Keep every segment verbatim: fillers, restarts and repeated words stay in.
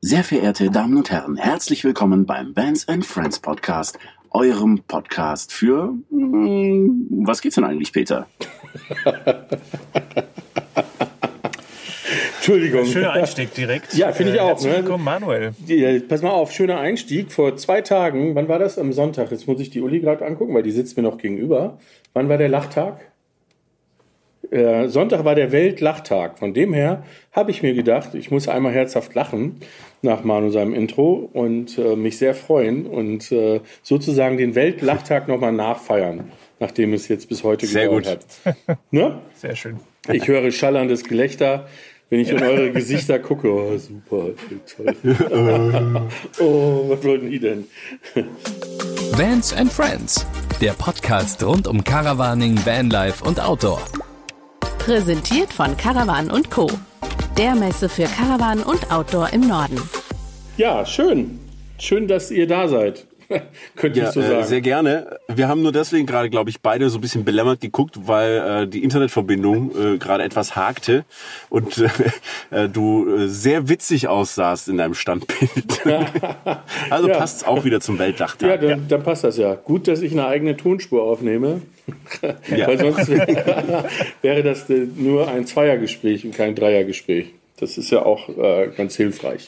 Sehr verehrte Damen und Herren, herzlich willkommen beim Vans and Friends Podcast, eurem Podcast für... Hm, was geht's denn eigentlich, Peter? Entschuldigung. Schöner Einstieg direkt. Ja, finde ich äh, auch. Herzlich Ne? willkommen, Manuel. Die, pass mal auf, schöner Einstieg. Vor zwei Tagen, wann war das? Am Sonntag. Jetzt muss ich die Uli gerade angucken, weil die sitzt mir noch gegenüber. Wann war der Lachtag? Äh, Sonntag war der Weltlachtag. Von dem her habe ich mir gedacht, ich muss einmal herzhaft lachen nach Manu seinem Intro und äh, mich sehr freuen und äh, sozusagen den Weltlachtag nochmal nachfeiern, nachdem es jetzt bis heute Sehr gedauert gut. hat. Ne? Sehr schön. Ich höre schallerndes Gelächter, wenn ich in eure Gesichter gucke. Oh, super, toll. Oh, was wollten die denn? Vans and Friends, der Podcast rund um Caravaning, Vanlife und Outdoor. Präsentiert von Caravan und Co., der Messe für Caravan und Outdoor im Norden. Ja, schön. Schön, dass ihr da seid. Könnte Ja, ich so sagen. äh, sehr gerne. Wir haben nur deswegen gerade, glaube ich, beide so ein bisschen belämmert geguckt, weil äh, die Internetverbindung äh, gerade etwas hakte und äh, du äh, sehr witzig aussahst in deinem Standbild. Also Ja. passt's auch wieder zum Weltlachtag. Ja, dann, dann passt das ja. Gut, dass ich eine eigene Tonspur aufnehme, Ja. weil sonst wäre, wäre das äh, nur ein Zweiergespräch und kein Dreiergespräch. Das ist ja auch äh, ganz hilfreich.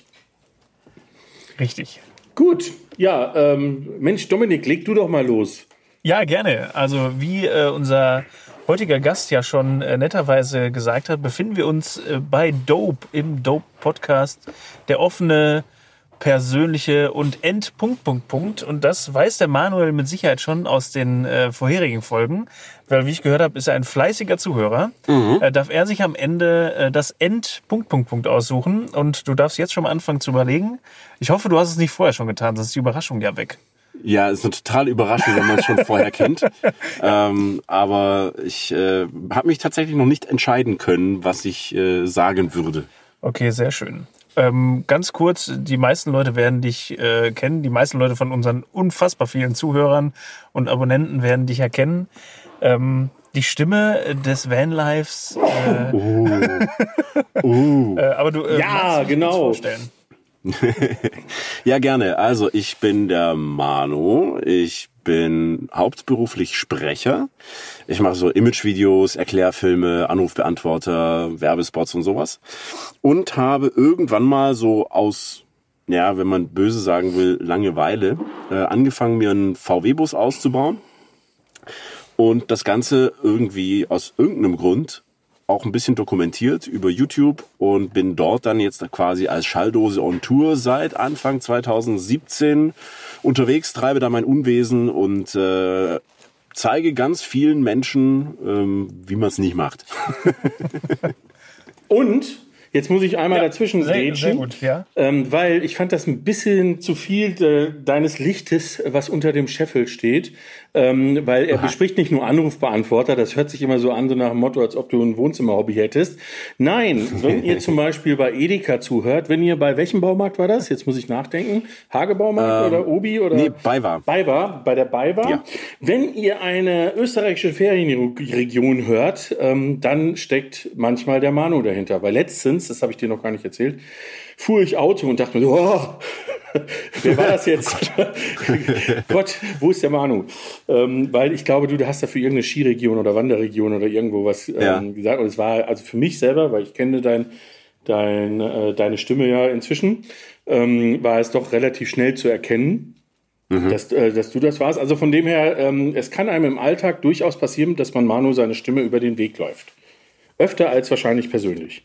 Richtig. Gut, ja, ähm, Mensch, Dominik, leg du doch mal los. Ja, gerne. Also wie äh, unser heutiger Gast ja schon äh, netterweise gesagt hat, befinden wir uns äh, bei Dope, im Dope-Podcast, der offene, persönliche und End... Punkt, Punkt, Punkt. Und das weiß der Manuel mit Sicherheit schon aus den äh, vorherigen Folgen, weil, wie ich gehört habe, ist er ein fleißiger Zuhörer. Mhm. Äh, darf er sich am Ende äh, das End... Punkt, Punkt, Punkt aussuchen und du darfst jetzt schon mal anfangen zu überlegen. Ich hoffe, du hast es nicht vorher schon getan, sonst ist die Überraschung ja weg. Ja, ist eine totale Überraschung, wenn man es schon vorher kennt. Ähm, aber ich äh, habe mich tatsächlich noch nicht entscheiden können, was ich äh, sagen würde. Okay, sehr schön. Ähm, ganz kurz, die meisten Leute werden dich äh, kennen. Die meisten Leute von unseren unfassbar vielen Zuhörern und Abonnenten werden dich erkennen. Ähm, die Stimme des Vanlifes. Äh, Oh. Oh. äh, aber du äh, Ja, magst dich genau. kurz vorstellen. Ja, gerne. Also ich bin der Manu. Ich bin hauptberuflich Sprecher. Ich mache so Imagevideos, Erklärfilme, Anrufbeantworter, Werbespots und sowas. Und habe irgendwann mal so aus, ja, wenn man böse sagen will, Langeweile, äh, angefangen, mir einen V W-Bus auszubauen. Und das Ganze irgendwie aus irgendeinem Grund auch ein bisschen dokumentiert über YouTube und bin dort dann jetzt quasi als Schalldose on Tour seit Anfang zwanzig siebzehn unterwegs, treibe da mein Unwesen und äh, zeige ganz vielen Menschen, ähm, wie man es nicht macht. Und jetzt muss ich einmal Ja, dazwischen sehr, grätschen, sehr gut, ja. ähm, weil ich fand das ein bisschen zu viel äh, deines Lichtes, was unter dem Scheffel steht, ähm, weil er Aha. bespricht nicht nur Anrufbeantworter, das hört sich immer so an, so nach dem Motto, als ob du ein Wohnzimmerhobby hättest. Nein, wenn ihr zum Beispiel bei Edeka zuhört, wenn ihr bei welchem Baumarkt war das? Jetzt muss ich nachdenken. Hagebaumarkt Ähm, oder Obi oder? Nee, BayWa. BayWa, bei der BayWa. Ja. Wenn ihr eine österreichische Ferienregion hört, ähm, dann steckt manchmal der Manu dahinter. Weil letztens, das habe ich dir noch gar nicht erzählt, fuhr ich Auto und dachte mir, oh, wer war das jetzt? Gott, wo ist der Manu? Ähm, weil ich glaube, du hast dafür irgendeine Skiregion oder Wanderregion oder irgendwo was ähm, Ja. gesagt. Und es war also für mich selber, weil ich kenne dein, dein, äh, deine Stimme ja inzwischen, ähm, war es doch relativ schnell zu erkennen, mhm. dass, äh, dass du das warst. Also von dem her, ähm, es kann einem im Alltag durchaus passieren, dass man Manu seine Stimme über den Weg läuft. Öfter als wahrscheinlich persönlich.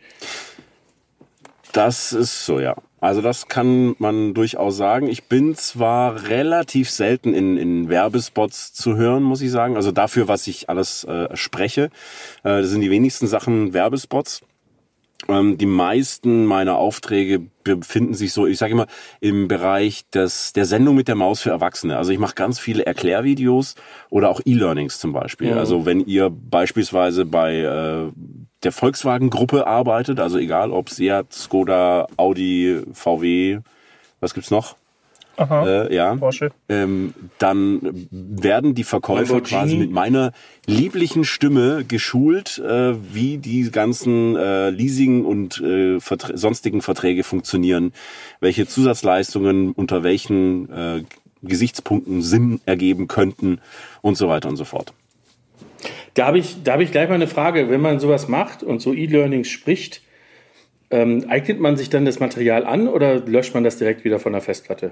Das ist so, ja. Also das kann man durchaus sagen. Ich bin zwar relativ selten in, in Werbespots zu hören, muss ich sagen. Also dafür, was ich alles äh, spreche. Äh, das sind die wenigsten Sachen Werbespots. Ähm, die meisten meiner Aufträge befinden sich so, ich sage immer, im Bereich des, der Sendung mit der Maus für Erwachsene. Also ich mache ganz viele Erklärvideos oder auch E-Learnings zum Beispiel. Mhm. Also wenn ihr beispielsweise bei äh, der Volkswagen-Gruppe arbeitet, also egal ob Seat, Skoda, Audi, V W, was gibt's noch? Aha, äh, ja, Porsche. ähm, dann werden die Verkäufer Lamborghini. quasi mit meiner lieblichen Stimme geschult, äh, wie die ganzen äh, Leasing- und äh, Vertr- sonstigen Verträge funktionieren, welche Zusatzleistungen unter welchen äh, Gesichtspunkten Sinn ergeben könnten und so weiter und so fort. Da habe ich, da habe ich gleich mal eine Frage. Wenn man sowas macht und so E-Learnings spricht, ähm, eignet man sich dann das Material an oder löscht man das direkt wieder von der Festplatte?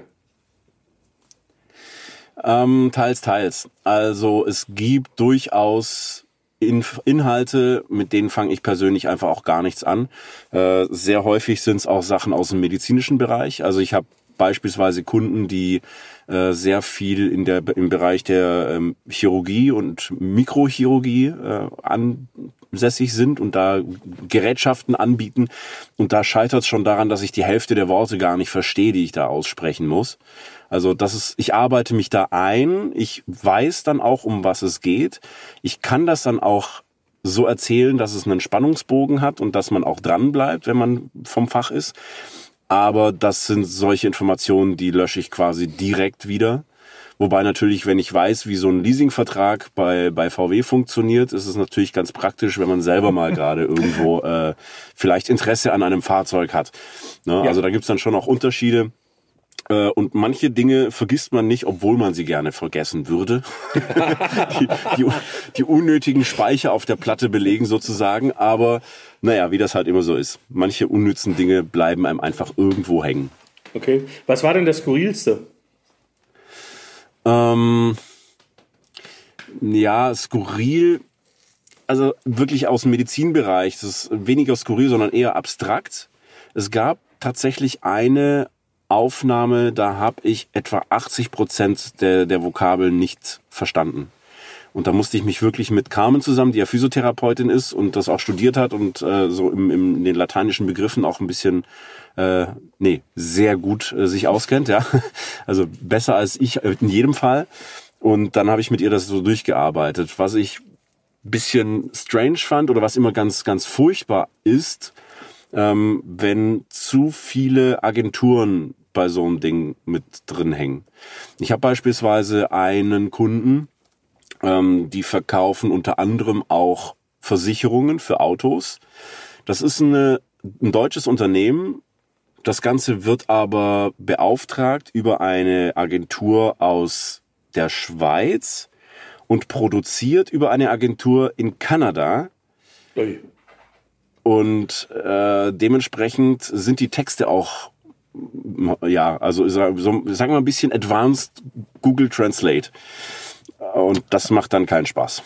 Ähm, teils, teils. Also es gibt durchaus Inf- Inhalte, mit denen fange ich persönlich einfach auch gar nichts an. Äh, sehr häufig sind es auch Sachen aus dem medizinischen Bereich. Also ich habe beispielsweise Kunden, die äh, sehr viel in der, im Bereich der ähm, Chirurgie und Mikrochirurgie äh, ansässig sind und da Gerätschaften anbieten. Und da scheitert es schon daran, dass ich die Hälfte der Worte gar nicht verstehe, die ich da aussprechen muss. Also das ist, ich arbeite mich da ein, ich weiß dann auch, um was es geht. Ich kann das dann auch so erzählen, dass es einen Spannungsbogen hat und dass man auch dran bleibt, wenn man vom Fach ist. Aber das sind solche Informationen, die lösche ich quasi direkt wieder. Wobei natürlich, wenn ich weiß, wie so ein Leasingvertrag bei bei V W funktioniert, ist es natürlich ganz praktisch, wenn man selber mal gerade irgendwo äh, vielleicht Interesse an einem Fahrzeug hat. Ne? Ja. Also da gibt's dann schon auch Unterschiede. Und manche Dinge vergisst man nicht, obwohl man sie gerne vergessen würde. die, die, die unnötigen Speicher auf der Platte belegen sozusagen. Aber naja, wie das halt immer so ist. Manche unnützen Dinge bleiben einem einfach irgendwo hängen. Okay. Was war denn das Skurrilste? Ähm, ja, skurril. Also wirklich aus dem Medizinbereich. Das ist weniger skurril, sondern eher abstrakt. Es gab tatsächlich eine Aufnahme, da habe ich etwa achtzig Prozent der, der Vokabeln nicht verstanden. Und da musste ich mich wirklich mit Carmen zusammen, die ja Physiotherapeutin ist und das auch studiert hat und äh, so im, im, in den lateinischen Begriffen auch ein bisschen, äh, nee, sehr gut äh, sich auskennt, ja. Also besser als ich in jedem Fall. Und dann habe ich mit ihr das so durchgearbeitet. Was ich ein bisschen strange fand oder was immer ganz, ganz furchtbar ist, ähm, wenn zu viele Agenturen bei so einem Ding mit drin hängen. Ich habe beispielsweise einen Kunden, ähm, die verkaufen unter anderem auch Versicherungen für Autos. Das ist eine, ein deutsches Unternehmen. Das Ganze wird aber beauftragt über eine Agentur aus der Schweiz und produziert über eine Agentur in Kanada. Ui. Und äh, dementsprechend sind die Texte auch, ja, also so, sagen wir mal ein bisschen advanced Google Translate. Und das macht dann keinen Spaß.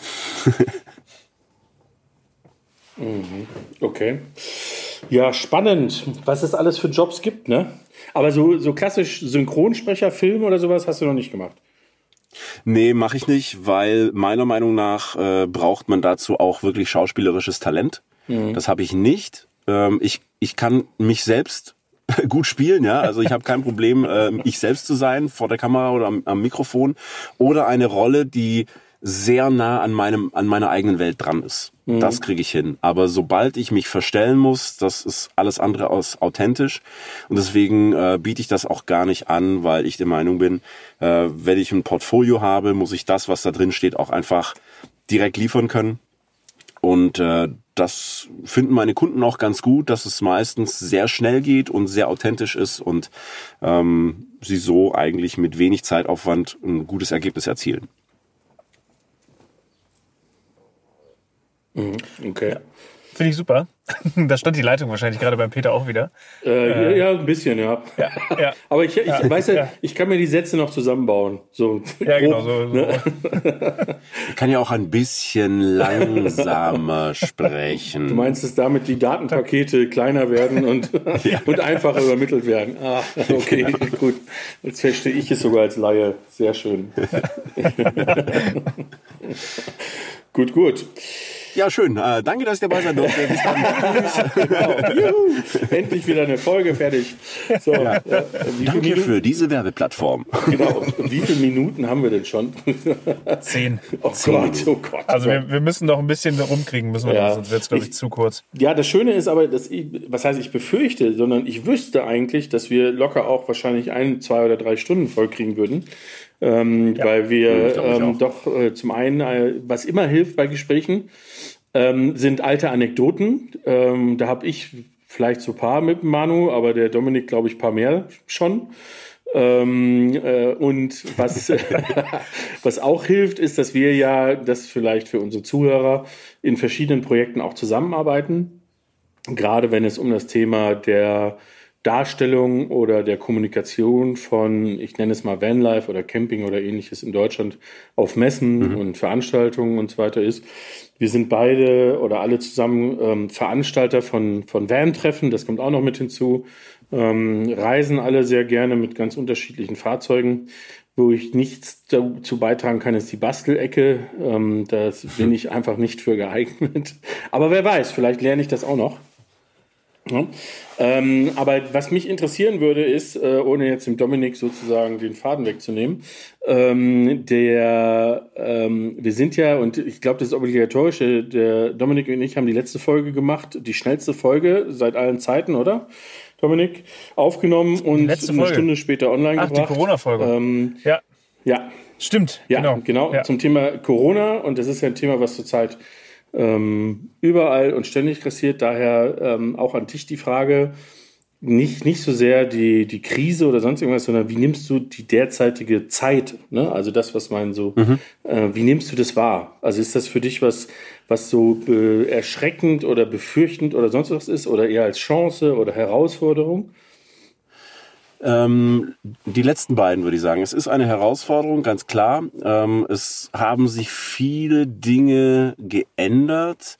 Okay. Ja, spannend, was es alles für Jobs gibt, ne? Aber so, so klassisch Synchronsprecher, Film oder sowas hast du noch nicht gemacht? Nee, mache ich nicht, weil meiner Meinung nach äh, braucht man dazu auch wirklich schauspielerisches Talent. Mhm. Das habe ich nicht. Ähm, ich, ich kann mich selbst gut spielen, ja. Also ich habe kein Problem, äh, ich selbst zu sein vor der Kamera oder am, am Mikrofon oder eine Rolle, die sehr nah an meinem an meiner eigenen Welt dran ist. Mhm. Das kriege ich hin. Aber sobald ich mich verstellen muss, das ist alles andere als authentisch. Und deswegen äh, biete ich das auch gar nicht an, weil ich der Meinung bin, äh, wenn ich ein Portfolio habe, muss ich das, was da drin steht, auch einfach direkt liefern können. Und äh, das finden meine Kunden auch ganz gut, dass es meistens sehr schnell geht und sehr authentisch ist und ähm, sie so eigentlich mit wenig Zeitaufwand ein gutes Ergebnis erzielen. Okay. Ja. Finde ich super. Da stand die Leitung wahrscheinlich gerade beim Peter auch wieder. Äh, äh, ja, ein bisschen, ja. Ja, ja. Aber ich, ich Ja, weiß ja, ja. ich kann mir die Sätze noch zusammenbauen. So Ja, genau. grob, So, so. ne? Ich kann ja auch ein bisschen langsamer sprechen. Du meinst, dass damit die Datenpakete kleiner werden und, und einfacher übermittelt werden? Ah, okay, gut. Jetzt verstehe ich es sogar als Laie. Sehr schön. Gut, gut. Ja, schön. Äh, danke, dass ich dabei sein durfte. Bis dann. Genau. Juhu. Endlich wieder eine Folge fertig. So, ja. Ja. Danke Minuten? für diese Werbeplattform. Genau. Wie viele Minuten haben wir denn schon? Zehn. Oh Zehn Gott, Minuten. oh Gott. Also wir, wir müssen noch ein bisschen rumkriegen, müssen wir Ja. noch, sonst wird es, glaube ich, zu kurz. Ja, das Schöne ist aber, dass ich, was heißt ich befürchte, sondern ich wüsste eigentlich, dass wir locker auch wahrscheinlich ein, zwei oder drei Stunden voll kriegen würden. Ähm, Ja. weil wir glaub ich ähm, auch. doch äh, zum einen, äh, was immer hilft bei Gesprächen, ähm, sind alte Anekdoten. Ähm, da habe ich vielleicht so ein paar mit Manu, aber der Dominik, glaube ich, ein paar mehr schon. Ähm, äh, und was, was auch hilft, ist, dass wir ja, das vielleicht für unsere Zuhörer, in verschiedenen Projekten auch zusammenarbeiten. Gerade wenn es um das Thema der Darstellung oder der Kommunikation von, ich nenne es mal Vanlife oder Camping oder ähnliches in Deutschland auf Messen mhm. und Veranstaltungen und so weiter ist. Wir sind beide oder alle zusammen ähm, Veranstalter von, von Van-Treffen, das kommt auch noch mit hinzu, ähm, reisen alle sehr gerne mit ganz unterschiedlichen Fahrzeugen. Wo ich nichts dazu beitragen kann, ist die Bastelecke. Ähm, da bin ich einfach nicht für geeignet. Aber wer weiß, vielleicht lerne ich das auch noch. Ja. Ähm, aber was mich interessieren würde, ist, äh, ohne jetzt dem Dominik sozusagen den Faden wegzunehmen, ähm, der, ähm, wir sind ja, und ich glaube, das ist obligatorisch, der Dominik und ich haben die letzte Folge gemacht, die schnellste Folge seit allen Zeiten, oder? Dominik, aufgenommen und eine Folge. Stunde später online Ach, gebracht. die Corona-Folge. Ähm, Ja, ja, stimmt. ja, genau. genau, Ja. zum Thema Corona. Und das ist ja ein Thema, was zurzeit ähm, überall und ständig grassiert. Daher ähm, auch an dich die Frage, nicht, nicht so sehr die, die Krise oder sonst irgendwas, sondern wie nimmst du die derzeitige Zeit, ne? Also das, was man so, mhm. äh, wie nimmst du das wahr? Also ist das für dich was, was so äh, erschreckend oder befürchtend oder sonst was ist oder eher als Chance oder Herausforderung? Ähm, die letzten beiden würde ich sagen. Es ist eine Herausforderung, ganz klar. Ähm, es haben sich viele Dinge geändert.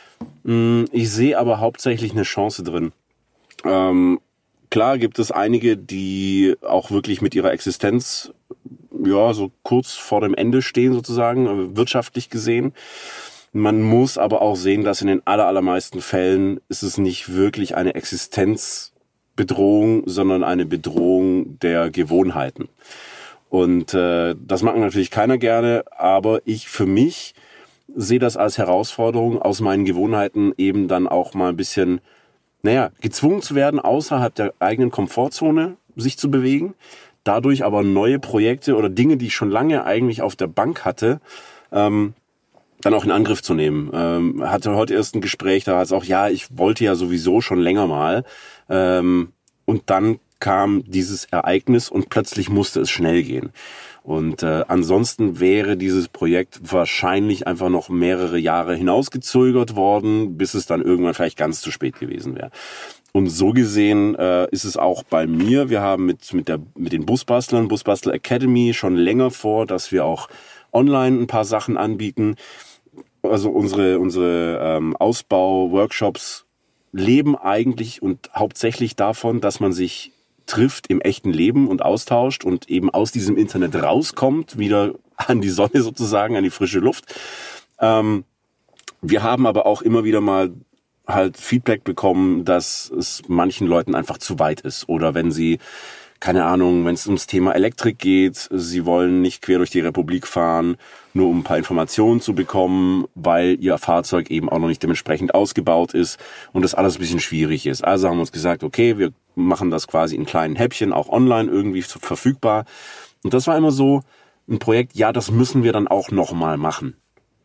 Ich sehe aber hauptsächlich eine Chance drin. Ähm, klar gibt es einige, die auch wirklich mit ihrer Existenz ja so kurz vor dem Ende stehen sozusagen, wirtschaftlich gesehen. Man muss aber auch sehen, dass in den aller, allermeisten Fällen ist es nicht wirklich eine Existenzbedrohung, sondern eine Bedrohung der Gewohnheiten. Und äh, das mag natürlich keiner gerne, aber ich für mich sehe das als Herausforderung, aus meinen Gewohnheiten eben dann auch mal ein bisschen, naja, gezwungen zu werden, außerhalb der eigenen Komfortzone sich zu bewegen, dadurch aber neue Projekte oder Dinge, die ich schon lange eigentlich auf der Bank hatte, ähm, dann auch in Angriff zu nehmen. Ähm, hatte heute erst ein Gespräch, da heißt es auch, ja, ich wollte ja sowieso schon länger mal. Ähm, und dann kam dieses Ereignis und plötzlich musste es schnell gehen. Und äh, ansonsten wäre dieses Projekt wahrscheinlich einfach noch mehrere Jahre hinausgezögert worden, bis es dann irgendwann vielleicht ganz zu spät gewesen wäre. Und so gesehen äh, ist es auch bei mir. Wir haben mit mit der mit den Busbastlern, Busbastler Academy schon länger vor, dass wir auch online ein paar Sachen anbieten. Also unsere unsere ähm, Ausbau-Workshops leben eigentlich und hauptsächlich davon, dass man sich trifft im echten Leben und austauscht und eben aus diesem Internet rauskommt, wieder an die Sonne sozusagen, an die frische Luft. Ähm, wir haben aber auch immer wieder mal halt Feedback bekommen, dass es manchen Leuten einfach zu weit ist. Oder wenn sie, keine Ahnung, wenn es ums Thema Elektrik geht, sie wollen nicht quer durch die Republik fahren, nur um ein paar Informationen zu bekommen, weil ihr Fahrzeug eben auch noch nicht dementsprechend ausgebaut ist und das alles ein bisschen schwierig ist. Also haben wir uns gesagt, okay, wir machen das quasi in kleinen Häppchen, auch online irgendwie verfügbar. Und das war immer so ein Projekt, ja, das müssen wir dann auch nochmal machen.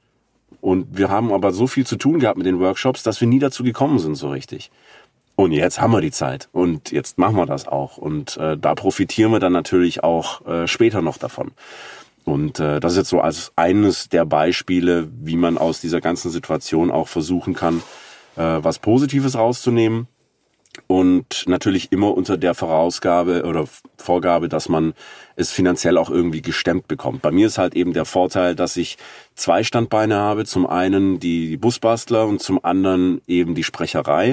Und wir haben aber so viel zu tun gehabt mit den Workshops, dass wir nie dazu gekommen sind so richtig. Und jetzt haben wir die Zeit und jetzt machen wir das auch. Und äh, da profitieren wir dann natürlich auch äh, später noch davon. Und äh, das ist jetzt so als eines der Beispiele, wie man aus dieser ganzen Situation auch versuchen kann, äh, was Positives rauszunehmen. Und natürlich immer unter der Vorausgabe oder Vorgabe, dass man es finanziell auch irgendwie gestemmt bekommt. Bei mir ist halt eben der Vorteil, dass ich zwei Standbeine habe. Zum einen die Busbastler und zum anderen eben die Sprecherei.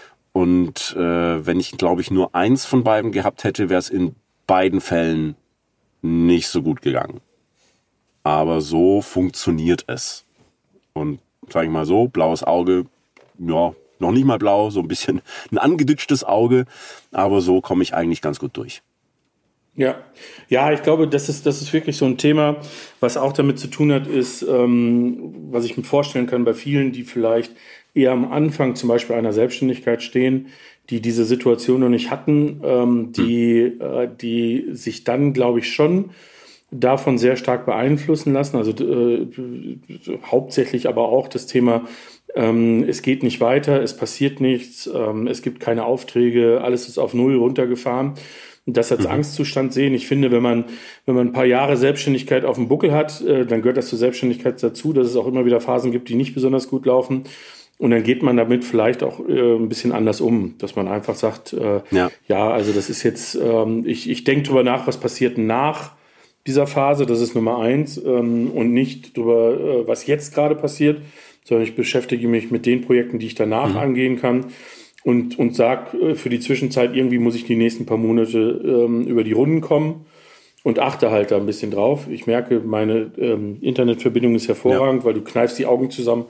Und äh, wenn ich, glaube ich, nur eins von beiden gehabt hätte, wäre es in beiden Fällen nicht so gut gegangen. Aber so funktioniert es. Und sage ich mal so, blaues Auge, ja, noch nicht mal blau, so ein bisschen ein angedutschtes Auge, aber so komme ich eigentlich ganz gut durch. Ja, ja, ich glaube, das ist, das ist wirklich so ein Thema, was auch damit zu tun hat, ist, ähm, was ich mir vorstellen kann bei vielen, die vielleicht eher am Anfang zum Beispiel einer Selbstständigkeit stehen, die diese Situation noch nicht hatten, ähm, die, hm. äh, die sich dann, glaube ich, schon davon sehr stark beeinflussen lassen. Also äh, hauptsächlich aber auch das Thema, ähm, es geht nicht weiter, es passiert nichts, ähm, es gibt keine Aufträge, alles ist auf Null runtergefahren. Und das als mhm. Angstzustand sehen. Ich finde, wenn man, wenn man ein paar Jahre Selbstständigkeit auf dem Buckel hat, äh, dann gehört das zur Selbstständigkeit dazu, dass es auch immer wieder Phasen gibt, die nicht besonders gut laufen. Und dann geht man damit vielleicht auch äh, ein bisschen anders um, dass man einfach sagt, äh, ja. ja, also das ist jetzt, ähm, ich, ich denke drüber nach, was passiert nach dieser Phase, das ist Nummer eins, ähm, und nicht drüber, äh, was jetzt gerade passiert, sondern ich beschäftige mich mit den Projekten, die ich danach mhm. angehen kann und, und sag, äh, für die Zwischenzeit irgendwie muss ich die nächsten paar Monate ähm, über die Runden kommen und achte halt da ein bisschen drauf. Ich merke, meine ähm, Internetverbindung ist hervorragend, ja. weil du kneifst die Augen zusammen.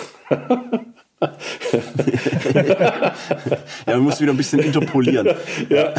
Ja, man muss wieder ein bisschen interpolieren. Ja.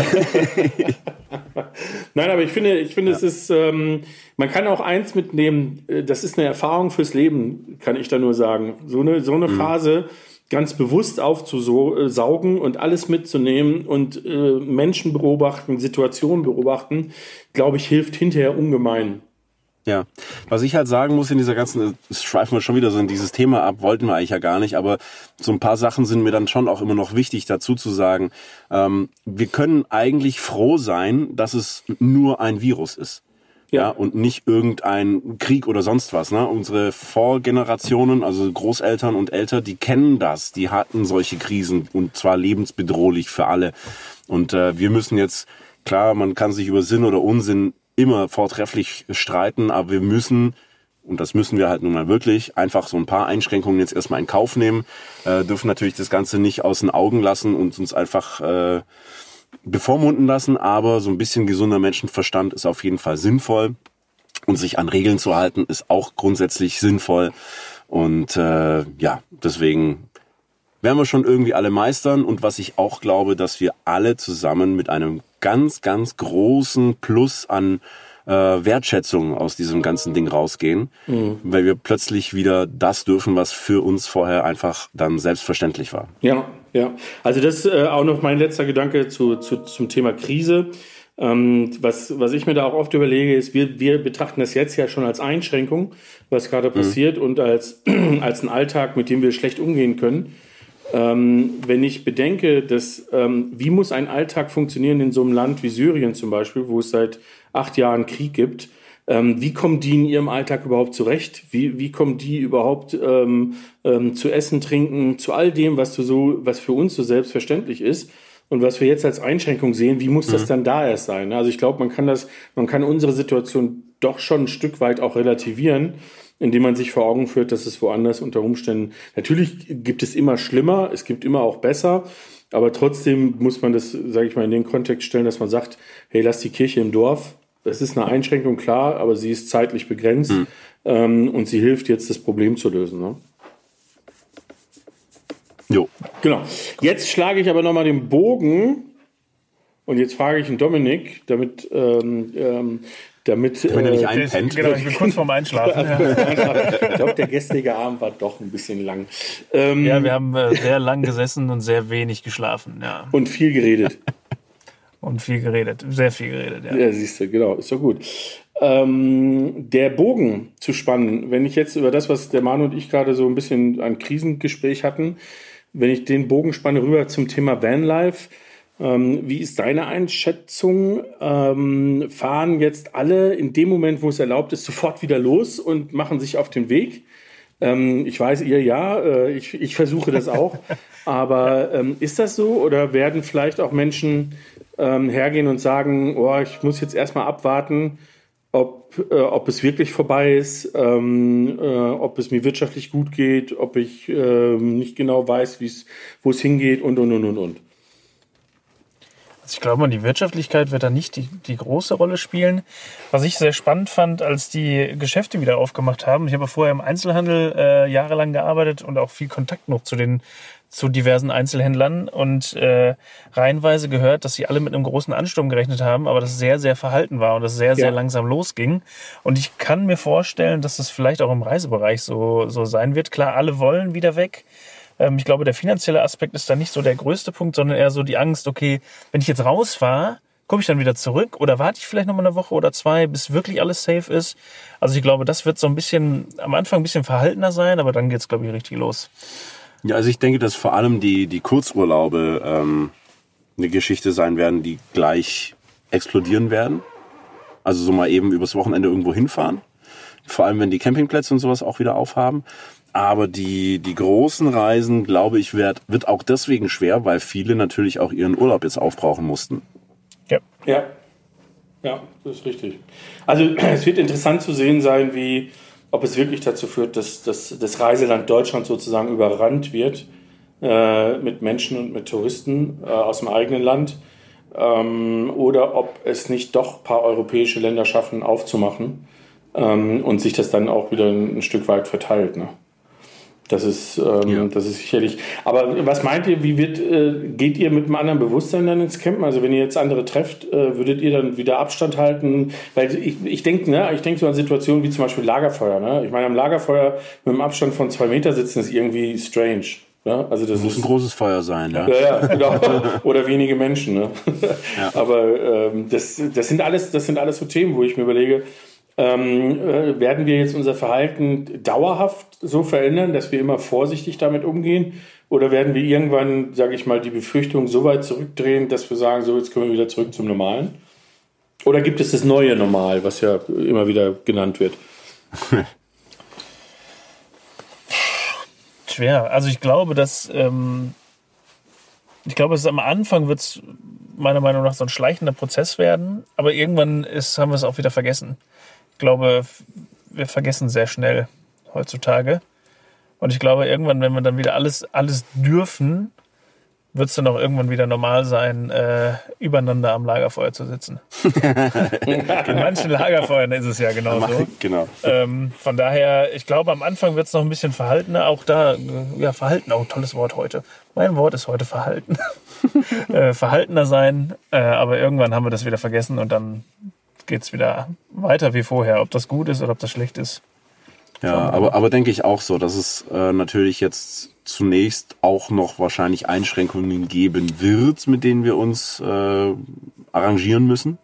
Nein, aber ich finde, ich finde, ja. es ist, ähm, man kann auch eins mitnehmen, das ist eine Erfahrung fürs Leben, kann ich da nur sagen. So eine, so eine mhm. Phase ganz bewusst aufzusaugen und alles mitzunehmen und äh, Menschen beobachten, Situationen beobachten, glaube ich, hilft hinterher ungemein. Ja, was ich halt sagen muss in dieser ganzen, das schweifen wir schon wieder so in dieses Thema ab, wollten wir eigentlich ja gar nicht, aber so ein paar Sachen sind mir dann schon auch immer noch wichtig dazu zu sagen. Ähm, wir können eigentlich froh sein, dass es nur ein Virus ist. Ja, und nicht irgendein Krieg oder sonst was. Ne? Unsere Vorgenerationen, also Großeltern und Eltern, die kennen das. Die hatten solche Krisen und zwar lebensbedrohlich für alle. Und äh, wir müssen jetzt, klar, man kann sich über Sinn oder Unsinn immer vortrefflich streiten, aber wir müssen, und das müssen wir halt nun mal wirklich, einfach so ein paar Einschränkungen jetzt erstmal in Kauf nehmen, äh, dürfen natürlich das Ganze nicht aus den Augen lassen und uns einfach äh, bevormunden lassen, aber so ein bisschen gesunder Menschenverstand ist auf jeden Fall sinnvoll und sich an Regeln zu halten ist auch grundsätzlich sinnvoll und äh, ja, deswegen werden wir schon irgendwie alle meistern und was ich auch glaube, dass wir alle zusammen mit einem ganz, ganz großen Plus an äh, Wertschätzung aus diesem ganzen Ding rausgehen, mhm. weil wir plötzlich wieder das dürfen, was für uns vorher einfach dann selbstverständlich war. Ja, ja. Also das ist äh, auch noch mein letzter Gedanke zu, zu, zum Thema Krise. Ähm, was, was ich mir da auch oft überlege, ist, wir, wir betrachten das jetzt ja schon als Einschränkung, was gerade mhm. passiert und als, als einen Alltag, mit dem wir schlecht umgehen können. Ähm, wenn ich bedenke, dass, ähm, wie muss ein Alltag funktionieren in so einem Land wie Syrien zum Beispiel, wo es seit acht Jahren Krieg gibt, ähm, wie kommen die in ihrem Alltag überhaupt zurecht? Wie, wie kommen die überhaupt ähm, ähm, zu essen, trinken, zu all dem, was, du so, was für uns so selbstverständlich ist und was wir jetzt als Einschränkung sehen, wie muss das mhm. dann da erst sein? Also ich glaube, man kann das, man kann unsere Situation doch schon ein Stück weit auch relativieren, indem man sich vor Augen führt, dass es woanders unter Umständen, natürlich gibt es immer schlimmer, es gibt immer auch besser, aber trotzdem muss man das, sage ich mal, in den Kontext stellen, dass man sagt, hey, lass die Kirche im Dorf. Das ist eine Einschränkung, klar, aber sie ist zeitlich begrenzt mhm. ähm, und sie hilft jetzt, das Problem zu lösen. Ne? Jo. Genau. Jetzt schlage ich aber nochmal den Bogen und jetzt frage ich den Dominik, damit... Ähm, ähm, Damit, Wenn er nicht einpennt. Genau, ich bin kurz vorm Einschlafen. Ja. Ich glaube, der gestrige Abend war doch ein bisschen lang. Ähm, ja, wir haben äh, sehr lang gesessen und sehr wenig geschlafen. Ja. Und viel geredet. Und viel geredet, sehr viel geredet, ja. Ja, siehst du, genau, ist doch gut. Ähm, der Bogen zu spannen, wenn ich jetzt über das, was der Manu und ich gerade so ein bisschen ein Krisengespräch hatten, wenn ich den Bogen spanne rüber zum Thema Vanlife, Ähm, wie ist deine Einschätzung? Ähm, fahren jetzt alle in dem Moment, wo es erlaubt ist, sofort wieder los und machen sich auf den Weg? Ähm, ich weiß, ihr ja, äh, ich, ich versuche das auch. Aber ähm, ist das so? Oder werden vielleicht auch Menschen ähm, hergehen und sagen, oh, ich muss jetzt erstmal abwarten, ob, äh, ob es wirklich vorbei ist, ähm, äh, ob es mir wirtschaftlich gut geht, ob ich äh, nicht genau weiß, wo es hingeht und, und, und, und, und. Also ich glaube, die Wirtschaftlichkeit wird da nicht die, die große Rolle spielen. Was ich sehr spannend fand, als die Geschäfte wieder aufgemacht haben. Ich habe vorher im Einzelhandel äh, jahrelang gearbeitet und auch viel Kontakt noch zu den zu diversen Einzelhändlern und äh, reihenweise gehört, dass sie alle mit einem großen Ansturm gerechnet haben, aber das sehr, sehr verhalten war und das sehr, sehr ja. langsam losging. Und ich kann mir vorstellen, dass das vielleicht auch im Reisebereich so, so sein wird. Klar, alle wollen wieder weg. Ähm, ich glaube, der finanzielle Aspekt ist da nicht so der größte Punkt, sondern eher so die Angst, okay, wenn ich jetzt rausfahre, komme ich dann wieder zurück oder warte ich vielleicht noch mal eine Woche oder zwei, bis wirklich alles safe ist. Also ich glaube, das wird so ein bisschen, am Anfang ein bisschen verhaltener sein, aber dann geht's, glaube ich, richtig los. Ja, also ich denke, dass vor allem die, die Kurzurlaube ähm, eine Geschichte sein werden, die gleich explodieren werden. Also so mal eben übers Wochenende irgendwo hinfahren. Vor allem, wenn die Campingplätze und sowas auch wieder aufhaben. Aber die, die großen Reisen, glaube ich, wird, wird auch deswegen schwer, weil viele natürlich auch ihren Urlaub jetzt aufbrauchen mussten. Ja, ja, ja, das ist richtig. Also es wird interessant zu sehen sein, wie... ob es wirklich dazu führt, dass, dass das Reiseland Deutschland sozusagen überrannt wird äh, mit Menschen und mit Touristen äh, aus dem eigenen Land ähm, oder ob es nicht doch ein paar europäische Länder schaffen, aufzumachen ähm, und sich das dann auch wieder ein, ein Stück weit verteilt. Ne? Das ist, ähm, ja. das ist sicherlich. Aber was meint ihr, wie wird, äh, geht ihr mit einem anderen Bewusstsein dann ins Campen? Also wenn ihr jetzt andere trefft, äh, würdet ihr dann wieder Abstand halten? Weil ich, ich denke, ne, ich denke so an Situationen wie zum Beispiel Lagerfeuer. Ne? Ich meine, am Lagerfeuer mit einem Abstand von zwei Meter sitzen ist irgendwie strange. Ne? Also das muss ist, ein großes Feuer sein. Ja, ja, ja genau. Oder wenige Menschen. Ne? Ja. Aber ähm, das, das sind alles, das sind alles so Themen, wo ich mir überlege, Ähm, äh, werden wir jetzt unser Verhalten dauerhaft so verändern, dass wir immer vorsichtig damit umgehen? Oder werden wir irgendwann, sage ich mal, die Befürchtung so weit zurückdrehen, dass wir sagen, so, jetzt können wir wieder zurück zum Normalen? Oder gibt es das neue Normal, was ja immer wieder genannt wird? Schwer. Also ich glaube, dass ähm, ich glaube, dass am Anfang wird es meiner Meinung nach so ein schleichender Prozess werden, aber irgendwann ist, haben wir es auch wieder vergessen. Ich glaube, wir vergessen sehr schnell heutzutage. Und ich glaube, irgendwann, wenn wir dann wieder alles, alles dürfen, wird es dann auch irgendwann wieder normal sein, äh, übereinander am Lagerfeuer zu sitzen. In manchen Lagerfeuern ist es ja genauso. Genau. Ähm, von daher, ich glaube, am Anfang wird es noch ein bisschen verhaltener. Auch da, ja, Verhalten, auch ein tolles Wort heute. Mein Wort ist heute Verhalten. äh, verhaltener sein, äh, aber irgendwann haben wir das wieder vergessen und dann geht es wieder weiter wie vorher. Ob das gut ist oder ob das schlecht ist. Ja, aber, aber denke ich auch so, dass es äh, natürlich jetzt zunächst auch noch wahrscheinlich Einschränkungen geben wird, mit denen wir uns äh, arrangieren müssen.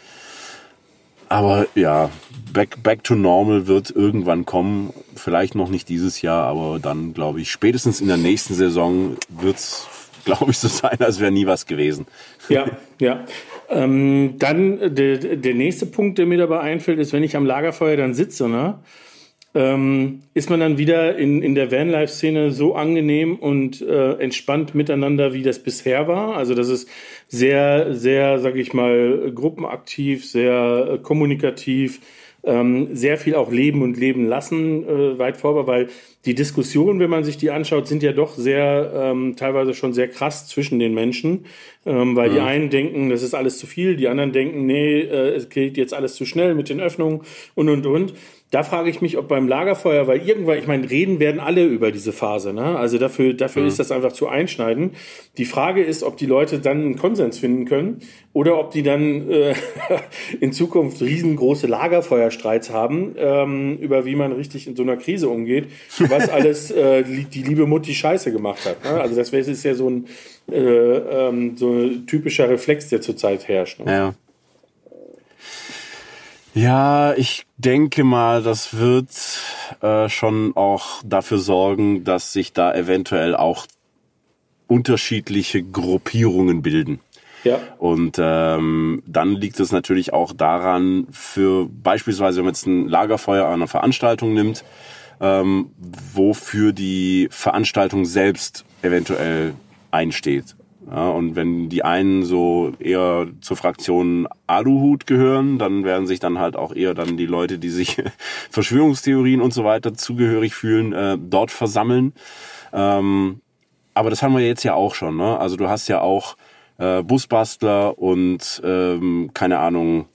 Aber ja, back, back to normal wird irgendwann kommen. Vielleicht noch nicht dieses Jahr, aber dann, glaube ich, spätestens in der nächsten Saison wird es, glaube ich, so sein, als wäre nie was gewesen. Ja, ja. Ähm, dann der, der nächste Punkt, der mir dabei einfällt, ist, wenn ich am Lagerfeuer dann sitze, ne? Ähm, ist man dann wieder in, in der Vanlife-Szene so angenehm und äh, entspannt miteinander, wie das bisher war. Also das ist sehr, sehr, sage ich mal, gruppenaktiv, sehr äh, kommunikativ, ähm, sehr viel auch leben und leben lassen äh, weit vor, weil die Diskussionen, wenn man sich die anschaut, sind ja doch sehr, ähm, teilweise schon sehr krass zwischen den Menschen, ähm, weil mhm. die einen denken, das ist alles zu viel, die anderen denken, nee, äh, es geht jetzt alles zu schnell mit den Öffnungen und, und, und. Da frage ich mich, ob beim Lagerfeuer, weil irgendwann, ich meine, reden werden alle über diese Phase, ne? Also dafür, dafür mhm. ist das einfach zu einschneidend. Die Frage ist, ob die Leute dann einen Konsens finden können oder ob die dann äh, in Zukunft riesengroße Lagerfeuerstreits haben, ähm, über wie man richtig in so einer Krise umgeht, was alles äh, die liebe Mutti Scheiße gemacht hat. Ne? Also das wäre ist ja so ein, äh, ähm, so ein typischer Reflex, der zurzeit herrscht. Ne? Ja. Ja, ich denke mal, das wird äh, schon auch dafür sorgen, dass sich da eventuell auch unterschiedliche Gruppierungen bilden. Ja. Und ähm, dann liegt es natürlich auch daran, für beispielsweise, wenn man jetzt ein Lagerfeuer an einer Veranstaltung nimmt, ähm, wofür die Veranstaltung selbst eventuell einsteht. Ja, und wenn die einen so eher zur Fraktion Aluhut gehören, dann werden sich dann halt auch eher dann die Leute, die sich Verschwörungstheorien und so weiter zugehörig fühlen, äh, dort versammeln. Ähm, aber das haben wir jetzt ja auch schon. Ne? Also du hast ja auch äh, Busbastler und ähm, keine Ahnung,